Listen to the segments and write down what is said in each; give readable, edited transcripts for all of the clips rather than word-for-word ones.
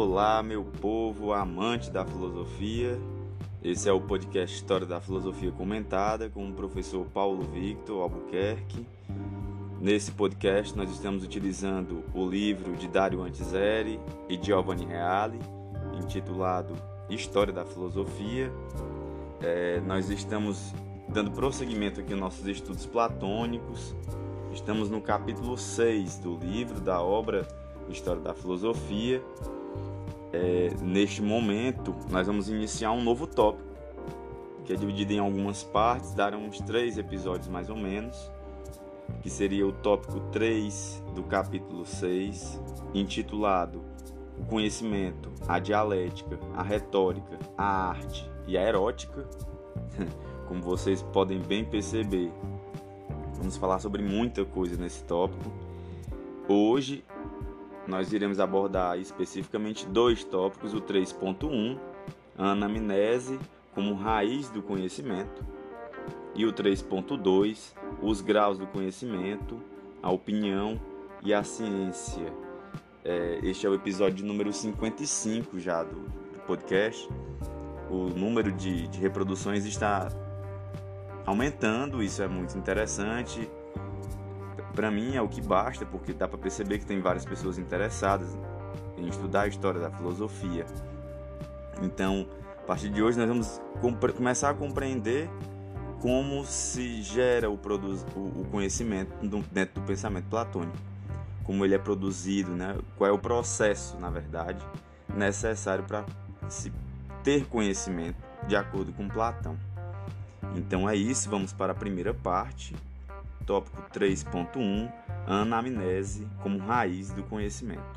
Olá, meu povo amante da filosofia. Esse é o podcast História da Filosofia Comentada com o professor Paulo Victor Albuquerque. Nesse podcast nós estamos utilizando o livro de Dario Antiseri e Giovanni Reale, intitulado História da Filosofia. Nós estamos dando prosseguimento aqui aos nossos estudos platônicos. Estamos no capítulo 6 do livro da obra História da Filosofia. Neste momento, nós vamos iniciar um novo tópico, que é dividido em algumas partes, darão uns 3 episódios mais ou menos, que seria o tópico 3 do capítulo 6, intitulado O Conhecimento, a Dialética, a Retórica, a Arte e a Erótica. Como vocês podem bem perceber, vamos falar sobre muita coisa nesse tópico. Hoje, nós iremos abordar especificamente 2 tópicos, o 3.1, a anamnese como raiz do conhecimento, e o 3.2, os graus do conhecimento, a opinião e a ciência. Este é o episódio número 55 já do podcast. O número de reproduções está aumentando, isso é muito interessante. Para mim é o que basta, porque dá para perceber que tem várias pessoas interessadas em estudar a história da filosofia. Então, a partir de hoje nós vamos começar a compreender como se gera o conhecimento dentro do pensamento platônico, como ele é produzido, né? Qual é o processo, na verdade, necessário para se ter conhecimento de acordo com Platão. Então é isso, vamos para a primeira parte. Tópico 3.1, a anamnese como raiz do conhecimento.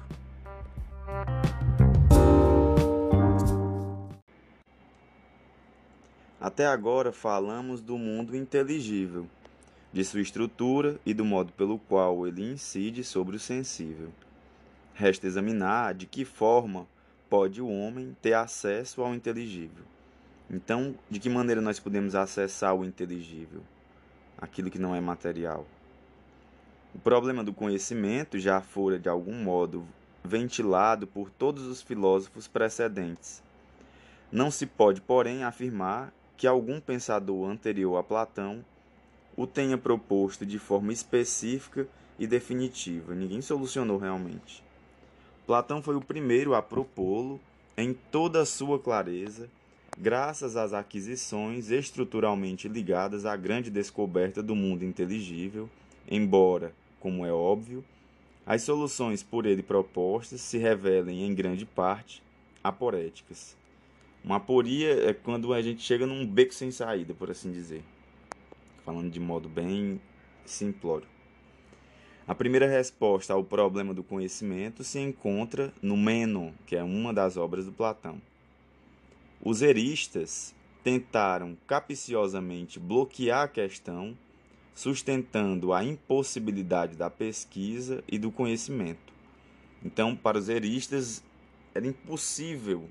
Até agora falamos do mundo inteligível, de sua estrutura e do modo pelo qual ele incide sobre o sensível. Resta examinar de que forma pode o homem ter acesso ao inteligível. Então, de que maneira nós podemos acessar o inteligível? Aquilo que não é material. O problema do conhecimento já fora, de algum modo, ventilado por todos os filósofos precedentes. Não se pode, porém, afirmar que algum pensador anterior a Platão o tenha proposto de forma específica e definitiva. Ninguém solucionou realmente. Platão foi o primeiro a propô-lo em toda a sua clareza, graças às aquisições estruturalmente ligadas à grande descoberta do mundo inteligível, embora, como é óbvio, as soluções por ele propostas se revelem em grande parte aporéticas. Uma aporia é quando a gente chega num beco sem saída, por assim dizer, falando de modo bem simplório. A primeira resposta ao problema do conhecimento se encontra no Menon, que é uma das obras do Platão. Os eristas tentaram capciosamente bloquear a questão, sustentando a impossibilidade da pesquisa e do conhecimento. Então, para os eristas, era impossível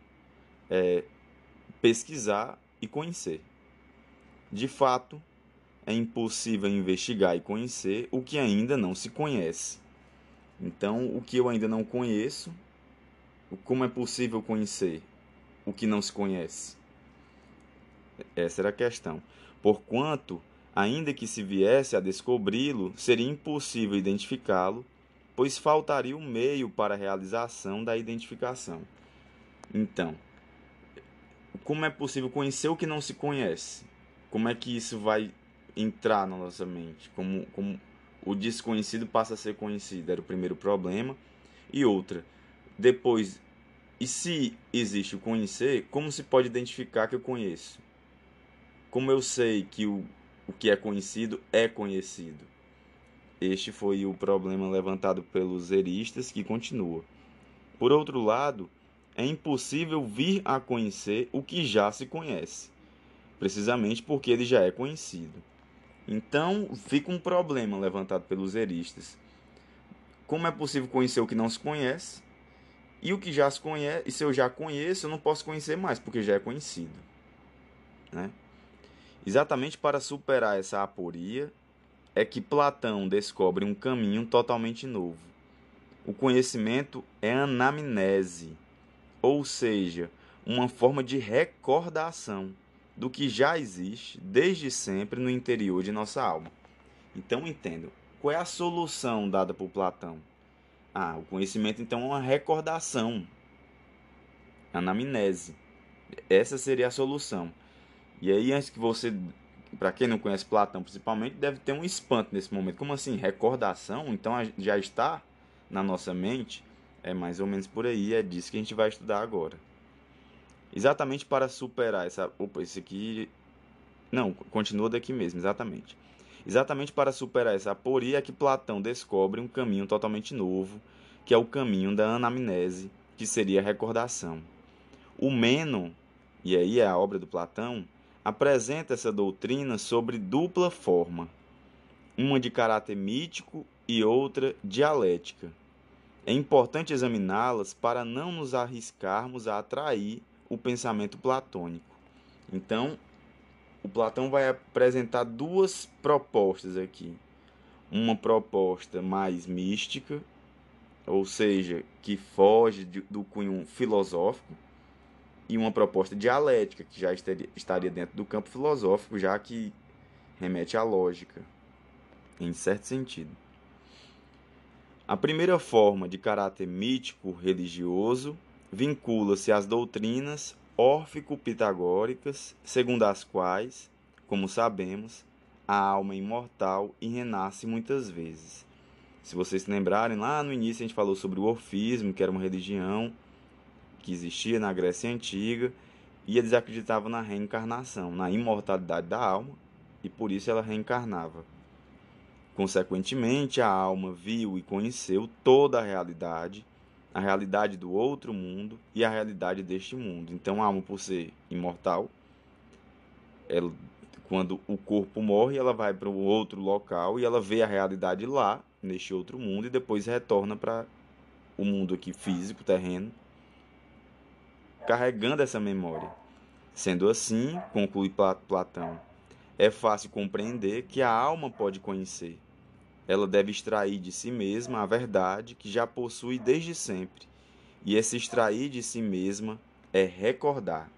pesquisar e conhecer. De fato, é impossível investigar e conhecer o que ainda não se conhece. Então, o que eu ainda não conheço, como é possível conhecer o que não se conhece? Essa era a questão. Porquanto, ainda que se viesse a descobri-lo, seria impossível identificá-lo, pois faltaria o meio para a realização da identificação. Então, como é possível conhecer o que não se conhece? Como é que isso vai entrar na nossa mente? Como o desconhecido passa a ser conhecido? Era o primeiro problema. E outra, depois, e se existe o conhecer, como se pode identificar que eu conheço? Como eu sei que o que é conhecido é conhecido? Este foi o problema levantado pelos eristas, que continua. Por outro lado, é impossível vir a conhecer o que já se conhece, precisamente porque ele já é conhecido. Então, fica um problema levantado pelos eristas. Como é possível conhecer o que não se conhece? E o que já se conhece, e se eu já conheço, eu não posso conhecer mais, porque já é conhecido, né? Exatamente para superar essa aporia é que Platão descobre um caminho totalmente novo. O conhecimento é anamnese, ou seja, uma forma de recordação do que já existe desde sempre no interior de nossa alma. Então, entendo. Qual é a solução dada por Platão? O conhecimento, então, é uma recordação, anamnese. Essa seria a solução. E aí, antes que você, para quem não conhece Platão principalmente, deve ter um espanto nesse momento. Como assim? Recordação? Então, já está na nossa mente? É mais ou menos por aí, é disso que a gente vai estudar agora. Exatamente para superar essa... Opa, esse aqui... Não, continua daqui mesmo, exatamente. Exatamente para superar essa aporia é que Platão descobre um caminho totalmente novo, que é o caminho da anamnese, que seria a recordação. O Mênon, e aí é a obra do Platão, apresenta essa doutrina sobre dupla forma, uma de caráter mítico e outra dialética. É importante examiná-las para não nos arriscarmos a atrair o pensamento platônico. Então, o Platão vai apresentar duas propostas aqui. Uma proposta mais mística, ou seja, que foge do cunho filosófico, e uma proposta dialética, que já estaria dentro do campo filosófico, já que remete à lógica, em certo sentido. A primeira forma, de caráter mítico-religioso, vincula-se às doutrinas órfico-pitagóricas, segundo as quais, como sabemos, a alma é imortal e renasce muitas vezes. Se vocês se lembrarem, lá no início a gente falou sobre o orfismo, que era uma religião que existia na Grécia Antiga, e eles acreditavam na reencarnação, na imortalidade da alma, e por isso ela reencarnava. Consequentemente, a alma viu e conheceu toda a realidade do outro mundo e a realidade deste mundo. Então, a alma, por ser imortal, quando o corpo morre, ela vai para um outro local e ela vê a realidade lá, neste outro mundo, e depois retorna para o mundo aqui físico, terreno, carregando essa memória. Sendo assim, conclui Platão, é fácil compreender que a alma pode conhecer. Ela deve extrair de si mesma a verdade que já possui desde sempre. E esse extrair de si mesma é recordar.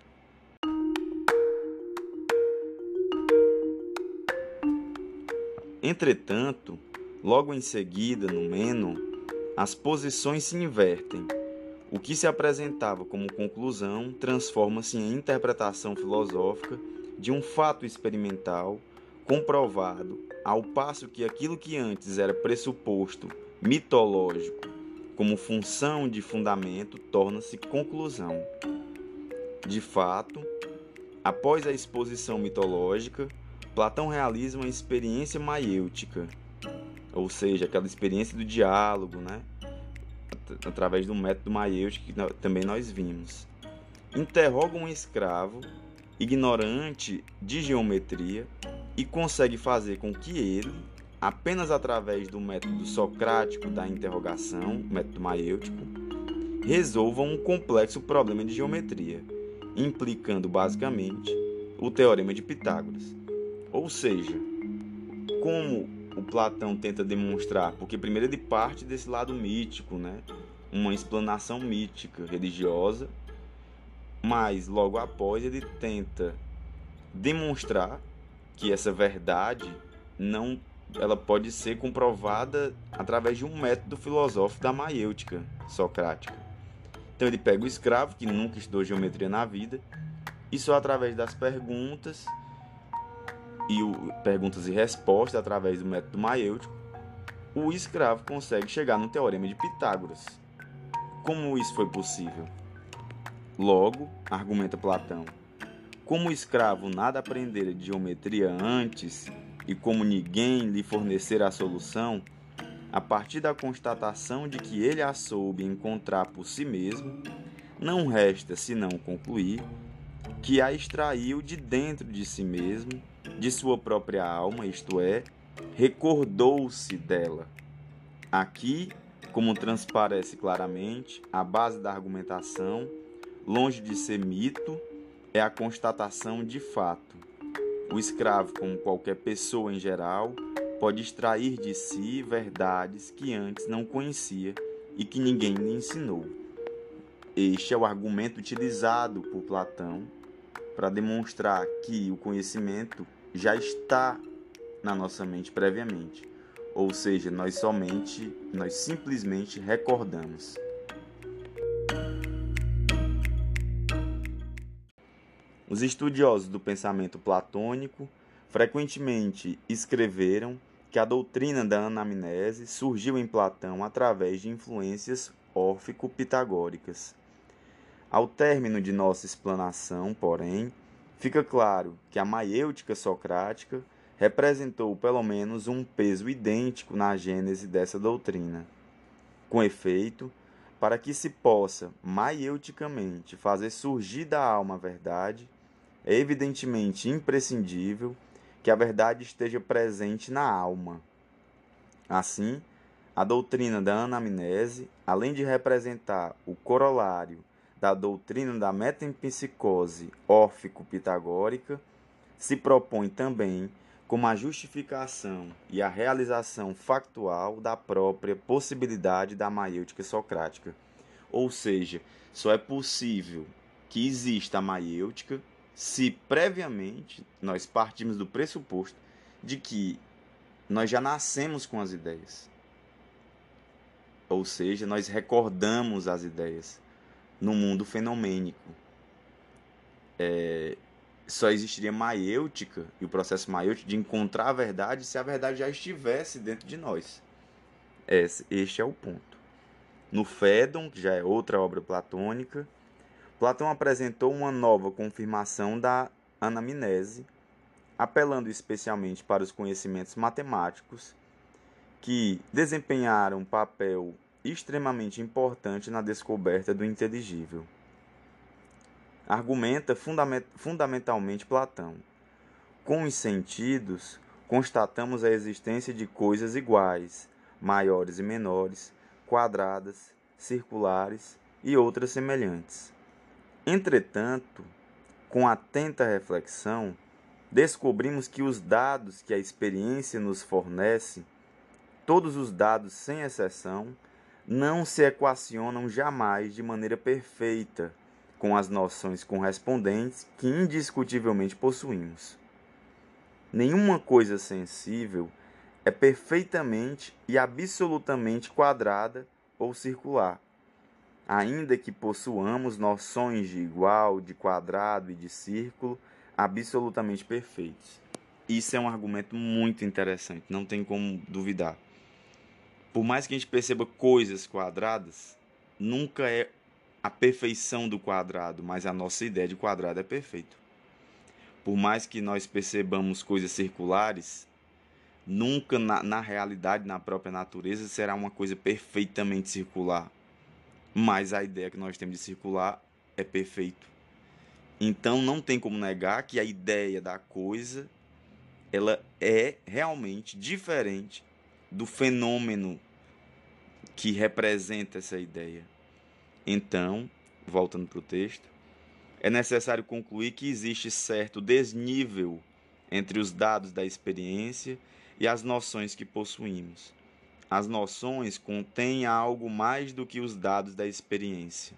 Entretanto, logo em seguida, no Mênon, as posições se invertem. O que se apresentava como conclusão transforma-se em interpretação filosófica de um fato experimental comprovado, ao passo que aquilo que antes era pressuposto mitológico como função de fundamento torna-se conclusão. De fato, após a exposição mitológica, Platão realiza uma experiência maiêutica, ou seja, aquela experiência do diálogo, através do método maiêutico que também nós vimos. Interroga um escravo, ignorante de geometria, e consegue fazer com que ele, apenas através do método socrático da interrogação, método maiêutico, resolva um complexo problema de geometria, implicando basicamente o teorema de Pitágoras. Ou seja, como o Platão tenta demonstrar, porque primeiro ele parte desse lado mítico, uma explanação mítica, religiosa, mas logo após ele tenta demonstrar que essa verdade ela pode ser comprovada através de um método filosófico da maiêutica socrática. Então ele pega o escravo, que nunca estudou geometria na vida, e só através das perguntas e respostas, através do método maiêutico, o escravo consegue chegar no teorema de Pitágoras. Como isso foi possível? Logo, argumenta Platão, como o escravo nada aprendera de geometria antes e como ninguém lhe fornecera a solução, a partir da constatação de que ele a soube encontrar por si mesmo, não resta senão concluir que a extraiu de dentro de si mesmo, de sua própria alma, isto é, recordou-se dela. Aqui, como transparece claramente, a base da argumentação, longe de ser mito, é a constatação de fato. O escravo, como qualquer pessoa em geral, pode extrair de si verdades que antes não conhecia e que ninguém lhe ensinou. Este é o argumento utilizado por Platão para demonstrar que o conhecimento já está na nossa mente previamente, ou seja, nós simplesmente recordamos. Os estudiosos do pensamento platônico frequentemente escreveram que a doutrina da anamnese surgiu em Platão através de influências órfico-pitagóricas. Ao término de nossa explanação, porém, fica claro que a maiêutica socrática representou pelo menos um peso idêntico na gênese dessa doutrina. Com efeito, para que se possa maieuticamente fazer surgir da alma a verdade, é evidentemente imprescindível que a verdade esteja presente na alma. Assim, a doutrina da anamnese, além de representar o corolário da doutrina da metempsicose órfico-pitagórica, se propõe também como a justificação e a realização factual da própria possibilidade da maiêutica socrática. Ou seja, só é possível que exista a maiêutica se previamente nós partimos do pressuposto de que nós já nascemos com as ideias. Ou seja, nós recordamos as ideias no mundo fenomênico. Só existiria maiêutica e o processo maiêutico de encontrar a verdade se a verdade já estivesse dentro de nós. Este é o ponto. No Fédon, que já é outra obra platônica, Platão apresentou uma nova confirmação da anamnese, apelando especialmente para os conhecimentos matemáticos, que desempenharam um papel extremamente importante na descoberta do inteligível. Argumenta fundamentalmente Platão. Com os sentidos, constatamos a existência de coisas iguais, maiores e menores, quadradas, circulares e outras semelhantes. Entretanto, com atenta reflexão, descobrimos que os dados que a experiência nos fornece, todos os dados sem exceção, não se equacionam jamais de maneira perfeita com as noções correspondentes que indiscutivelmente possuímos. Nenhuma coisa sensível é perfeitamente e absolutamente quadrada ou circular, ainda que possuamos noções de igual, de quadrado e de círculo absolutamente perfeitos. Isso é um argumento muito interessante, não tem como duvidar. Por mais que a gente perceba coisas quadradas, nunca é a perfeição do quadrado, mas a nossa ideia de quadrado é perfeito. Por mais que nós percebamos coisas circulares, nunca na realidade, na própria natureza, será uma coisa perfeitamente circular. Mas a ideia que nós temos de circular é perfeito. Então não tem como negar que a ideia da coisa ela é realmente diferente do fenômeno que representa essa ideia. Então, voltando para o texto, é necessário concluir que existe certo desnível entre os dados da experiência e as noções que possuímos. As noções contêm algo mais do que os dados da experiência.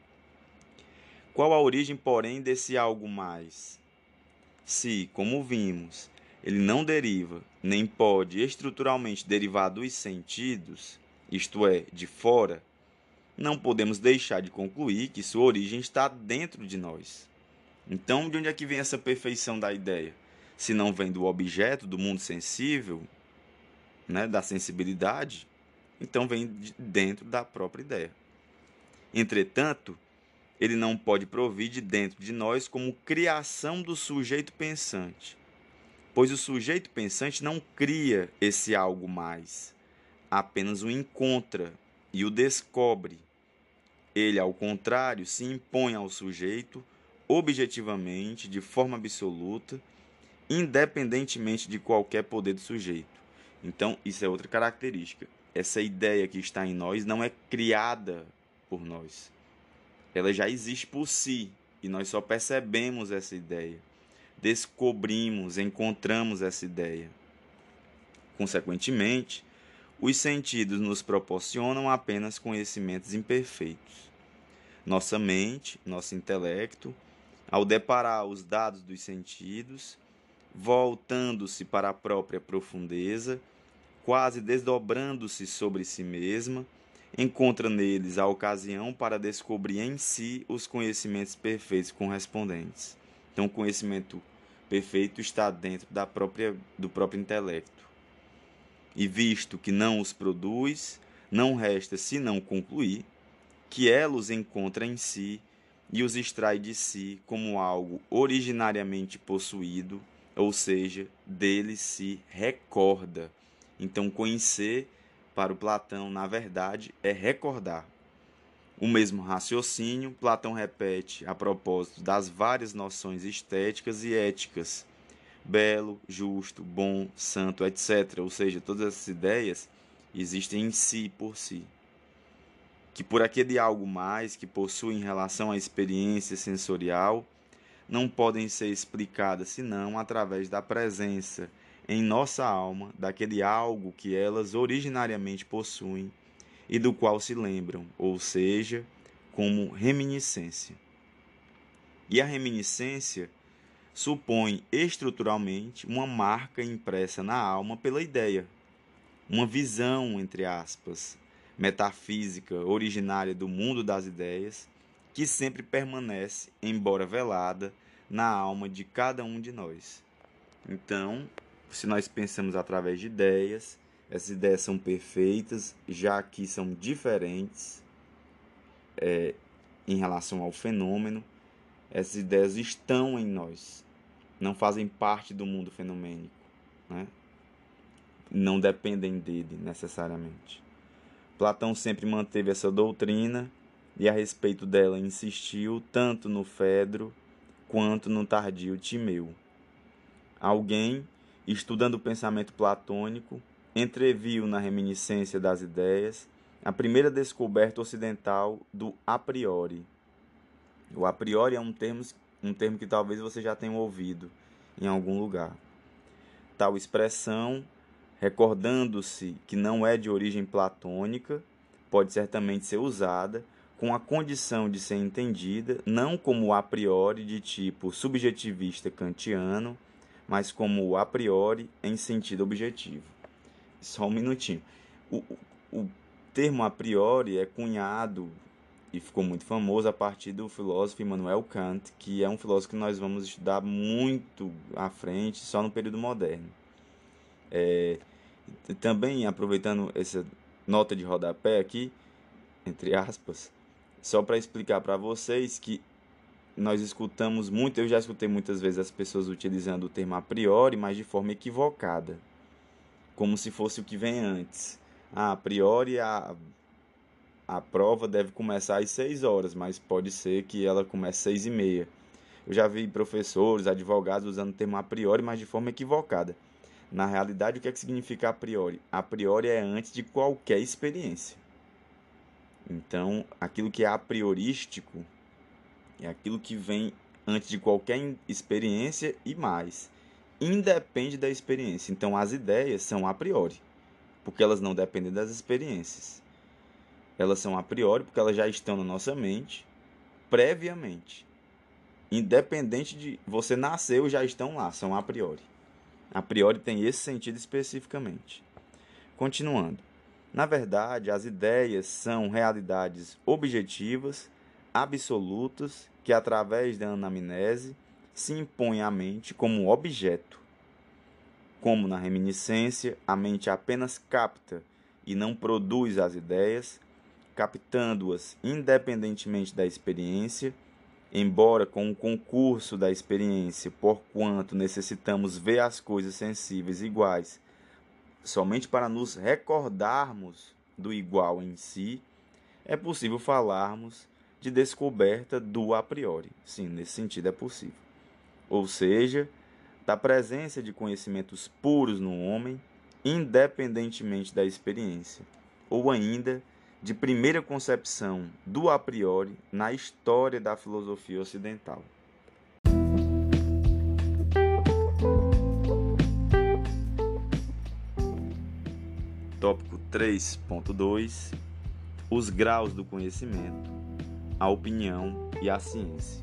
Qual a origem, porém, desse algo mais? Se, como vimos, ele não deriva, nem pode estruturalmente derivar dos sentidos, isto é, de fora, não podemos deixar de concluir que sua origem está dentro de nós. Então, de onde é que vem essa perfeição da ideia? Se não vem do objeto, do mundo sensível, da sensibilidade, então vem de dentro da própria ideia. Entretanto, ele não pode provir de dentro de nós como criação do sujeito pensante, pois o sujeito pensante não cria esse algo mais, apenas o encontra e o descobre. Ele, ao contrário, se impõe ao sujeito objetivamente, de forma absoluta, independentemente de qualquer poder do sujeito. Então, isso é outra característica. Essa ideia que está em nós não é criada por nós. Ela já existe por si e nós só percebemos essa ideia. Descobrimos, encontramos essa ideia. Consequentemente, os sentidos nos proporcionam apenas conhecimentos imperfeitos. nossa mente, nosso intelecto, ao deparar os dados dos sentidos, voltando-se para a própria profundeza, quase desdobrando-se sobre si mesma, encontra neles a ocasião para descobrir em si os conhecimentos perfeitos correspondentes. Então, o conhecimento perfeito está dentro do próprio intelecto. E visto que não os produz, não resta senão concluir que ela os encontra em si e os extrai de si como algo originariamente possuído, ou seja, dele se recorda. Então, conhecer, para o Platão, na verdade, é recordar. O mesmo raciocínio Platão repete a propósito das várias noções estéticas e éticas, belo, justo, bom, santo, etc. Ou seja, todas essas ideias existem em si por si. Que por aquele algo mais que possui em relação à experiência sensorial, não podem ser explicadas senão através da presença em nossa alma daquele algo que elas originariamente possuem e do qual se lembram, ou seja, como reminiscência. E a reminiscência supõe estruturalmente uma marca impressa na alma pela ideia, uma visão, entre aspas, metafísica originária do mundo das ideias, que sempre permanece, embora velada, na alma de cada um de nós. Então, se nós pensamos através de ideias, essas ideias são perfeitas, já que são diferentes em relação ao fenômeno. Essas ideias estão em nós, não fazem parte do mundo fenomênico, né? Não dependem dele necessariamente. Platão sempre manteve essa doutrina e a respeito dela insistiu tanto no Fedro quanto no tardio Timeu. Alguém, estudando o pensamento platônico, entreviu na reminiscência das ideias a primeira descoberta ocidental do a priori. O a priori é um termo que talvez você já tenha ouvido em algum lugar. Tal expressão, recordando-se que não é de origem platônica, pode certamente ser usada com a condição de ser entendida não como a priori de tipo subjetivista kantiano, mas como a priori em sentido objetivo. Só um minutinho. O termo a priori é cunhado e ficou muito famoso a partir do filósofo Immanuel Kant, que é um filósofo que nós vamos estudar muito à frente, só no período moderno. Também, aproveitando essa nota de rodapé aqui, entre aspas, só para explicar para vocês que nós escutamos muito, eu já escutei muitas vezes as pessoas utilizando o termo a priori, mas de forma equivocada, como se fosse o que vem antes. A priori, a prova deve começar às 6 horas, mas pode ser que ela comece às 6h30. Eu já vi professores, advogados usando o termo a priori, mas de forma equivocada. Na realidade, o que é que significa a priori? A priori é antes de qualquer experiência. Então, aquilo que é a priorístico é aquilo que vem antes de qualquer experiência e mais. Independe da experiência. Então, as ideias são a priori, porque elas não dependem das experiências. Elas são a priori porque elas já estão na nossa mente previamente. Independente de você nasceu, já estão lá, são a priori. A priori tem esse sentido especificamente. Continuando. Na verdade, as ideias são realidades objetivas, absolutas, que através da anamnese se impõem à mente como objeto. Como na reminiscência, a mente apenas capta e não produz as ideias, captando-as independentemente da experiência, embora com o concurso da experiência, porquanto necessitamos ver as coisas sensíveis iguais, somente para nos recordarmos do igual em si, é possível falarmos de descoberta do a priori. Sim, nesse sentido é possível. Ou seja, da presença de conhecimentos puros no homem, independentemente da experiência, ou ainda de primeira concepção do a priori na história da filosofia ocidental. Tópico 3.2 Os graus do conhecimento. a opinião e a ciência.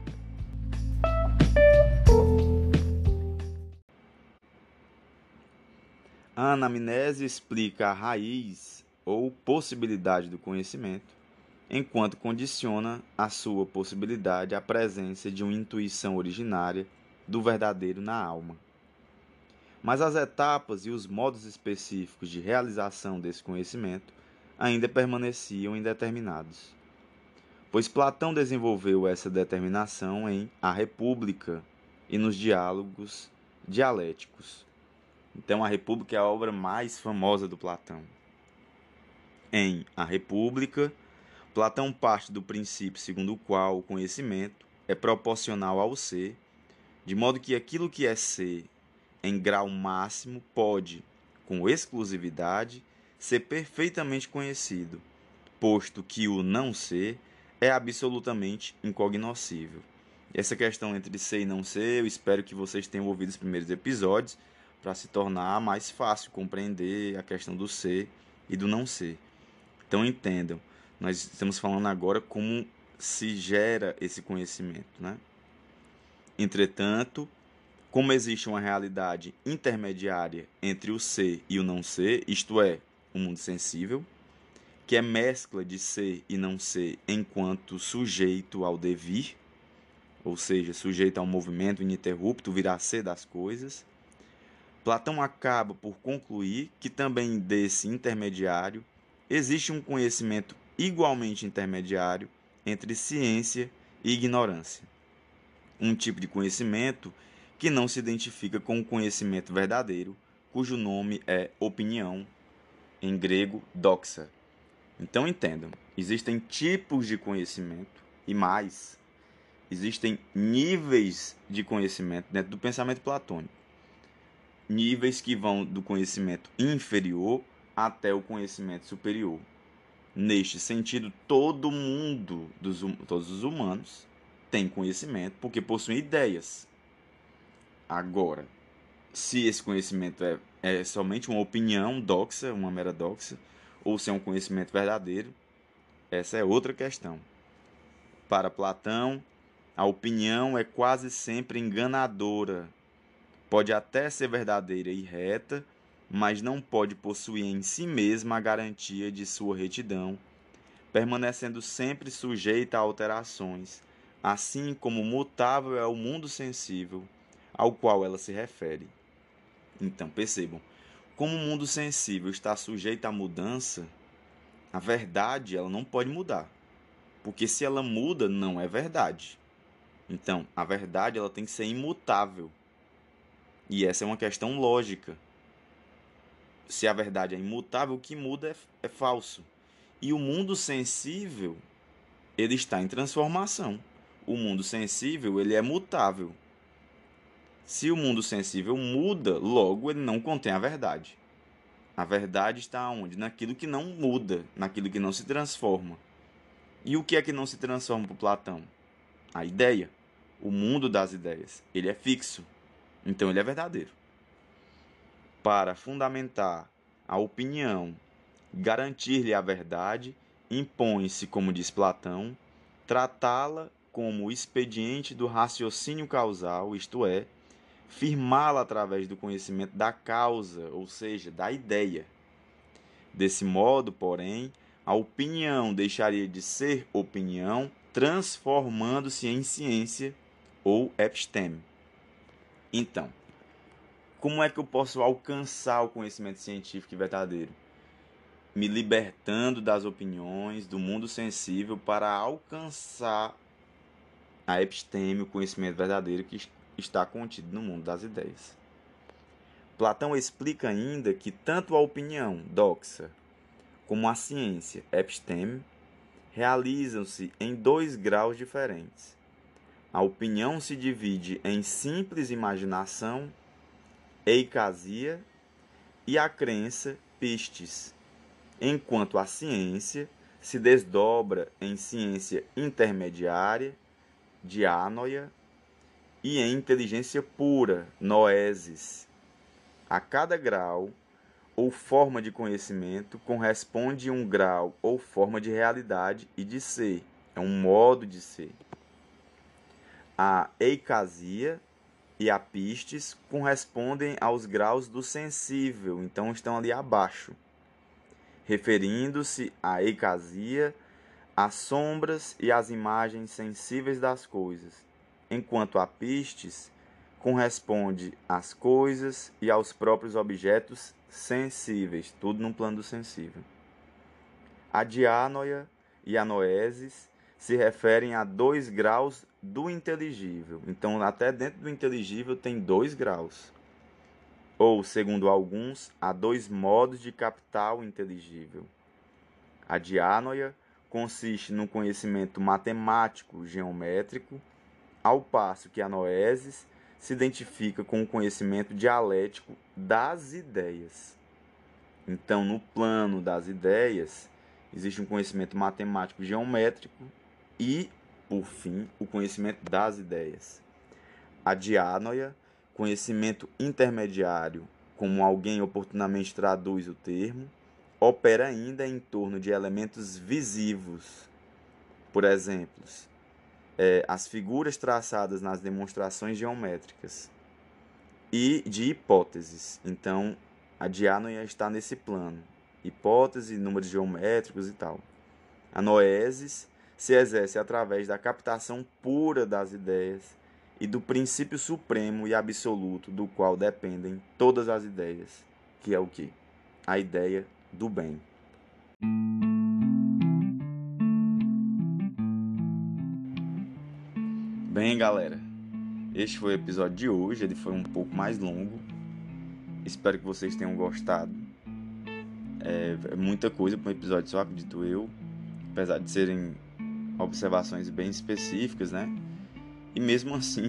A anamnese explica a raiz ou possibilidade do conhecimento, enquanto condiciona a sua possibilidade à presença de uma intuição originária do verdadeiro na alma. Mas as etapas e os modos específicos de realização desse conhecimento ainda permaneciam indeterminados, pois Platão desenvolveu essa determinação em A República e nos diálogos dialéticos. Então, A República é a obra mais famosa do Platão. Em A República, Platão parte do princípio segundo o qual o conhecimento é proporcional ao ser, de modo que aquilo que é ser em grau máximo pode, com exclusividade, ser perfeitamente conhecido, posto que o não ser é absolutamente incognoscível. Essa questão entre ser e não ser, eu espero que vocês tenham ouvido os primeiros episódios para se tornar mais fácil compreender a questão do ser e do não ser. Então entendam, nós estamos falando agora como se gera esse conhecimento, né? Entretanto, como existe uma realidade intermediária entre o ser e o não ser, isto é, o mundo sensível, que é mescla de ser e não ser enquanto sujeito ao devir, ou seja, sujeito ao movimento ininterrupto, vir a ser das coisas, Platão acaba por concluir que também desse intermediário existe um conhecimento igualmente intermediário entre ciência e ignorância. Um tipo de conhecimento que não se identifica com o conhecimento verdadeiro, cujo nome é opinião, em grego, doxa. Então entendam, existem tipos de conhecimento e mais, existem níveis de conhecimento dentro do pensamento platônico. Níveis que vão do conhecimento inferior até o conhecimento superior. Neste sentido, todo mundo, todos os humanos, tem conhecimento porque possuem ideias. Agora, se esse conhecimento é somente uma opinião doxa, uma mera doxa, ou se é um conhecimento verdadeiro, essa é outra questão. Para Platão, a opinião é quase sempre enganadora. Pode até ser verdadeira e reta, mas não pode possuir em si mesma a garantia de sua retidão, permanecendo sempre sujeita a alterações, assim como mutável é o mundo sensível ao qual ela se refere. Então, percebam, como o mundo sensível está sujeito à mudança, a verdade ela não pode mudar, porque se ela muda, não é verdade. Então, a verdade ela tem que ser imutável. E essa é uma questão lógica. Se a verdade é imutável, o que muda é falso. E o mundo sensível, ele está em transformação. O mundo sensível, ele é mutável. Se o mundo sensível muda, logo ele não contém a verdade. A verdade está onde? Naquilo que não muda, naquilo que não se transforma. E o que é que não se transforma para Platão? A ideia, o mundo das ideias. Ele é fixo, então ele é verdadeiro. Para fundamentar a opinião, garantir-lhe a verdade, impõe-se, como diz Platão, tratá-la como o expediente do raciocínio causal, isto é, firmá-la através do conhecimento da causa, ou seja, da ideia. Desse modo, porém, a opinião deixaria de ser opinião, transformando-se em ciência ou episteme. Então, como é que eu posso alcançar o conhecimento científico e verdadeiro? Me libertando das opiniões do mundo sensível para alcançar a episteme, o conhecimento verdadeiro que está contido no mundo das ideias. Platão explica ainda que tanto a opinião, doxa, como a ciência, episteme, realizam-se em 2 graus diferentes. A opinião se divide em simples imaginação, eicasia, e a crença, pistes, enquanto a ciência se desdobra em ciência intermediária, dianoia, e em inteligência pura, noesis. A cada grau ou forma de conhecimento corresponde um grau ou forma de realidade e de ser, é um modo de ser. A eicasia e a pistes correspondem aos graus do sensível, então estão ali abaixo, referindo-se à eicasia, às sombras e às imagens sensíveis das coisas, enquanto a pistes corresponde às coisas e aos próprios objetos sensíveis, tudo no plano do sensível. A dianoia e a noesis se referem a 2 graus do inteligível. Então, até dentro do inteligível tem 2 graus. Ou, segundo alguns, há 2 modos de captar o inteligível. A dianoia consiste no conhecimento matemático geométrico, ao passo que a noesis se identifica com o conhecimento dialético das ideias. Então, no plano das ideias, existe um conhecimento matemático geométrico e, por fim, o conhecimento das ideias. A dianoia, conhecimento intermediário, como alguém oportunamente traduz o termo, opera ainda em torno de elementos visivos. Por exemplo, as figuras traçadas nas demonstrações geométricas e de hipóteses. Então, a dianoia está nesse plano. Hipótese, números geométricos e tal. A noesis se exerce através da captação pura das ideias e do princípio supremo e absoluto do qual dependem todas as ideias, que é o quê? A ideia do bem. Bem, galera, este foi o episódio de hoje. Ele foi um pouco mais longo. Espero que vocês tenham gostado. É muita coisa para um episódio só, acredito eu. Apesar de serem observações bem específicas, né? E mesmo assim,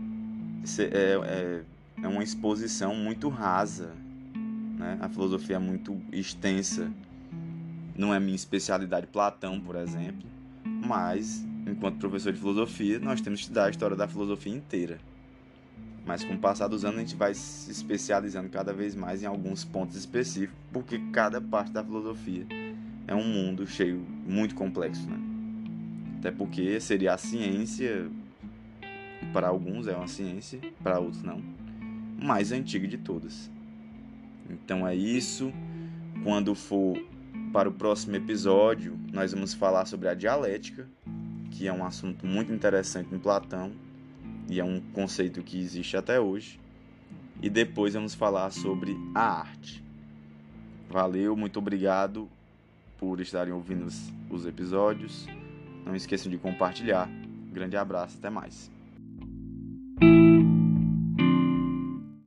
é uma exposição muito rasa, né? A filosofia é muito extensa. Não é minha especialidade Platão, por exemplo. Mas, enquanto professor de filosofia, nós temos que estudar a história da filosofia inteira. Mas com o passar dos anos a gente vai se especializando cada vez mais em alguns pontos específicos, porque cada parte da filosofia é um mundo cheio, muito complexo, né? Até porque seria a ciência, para alguns é uma ciência, para outros não, mais antiga de todas. Então é isso. Quando for para o próximo episódio, nós vamos falar sobre a dialética, que é um assunto muito interessante em Platão, e é um conceito que existe até hoje. E depois vamos falar sobre a arte. Valeu, muito obrigado por estarem ouvindo os episódios. Não esqueçam de compartilhar. Grande abraço, até mais.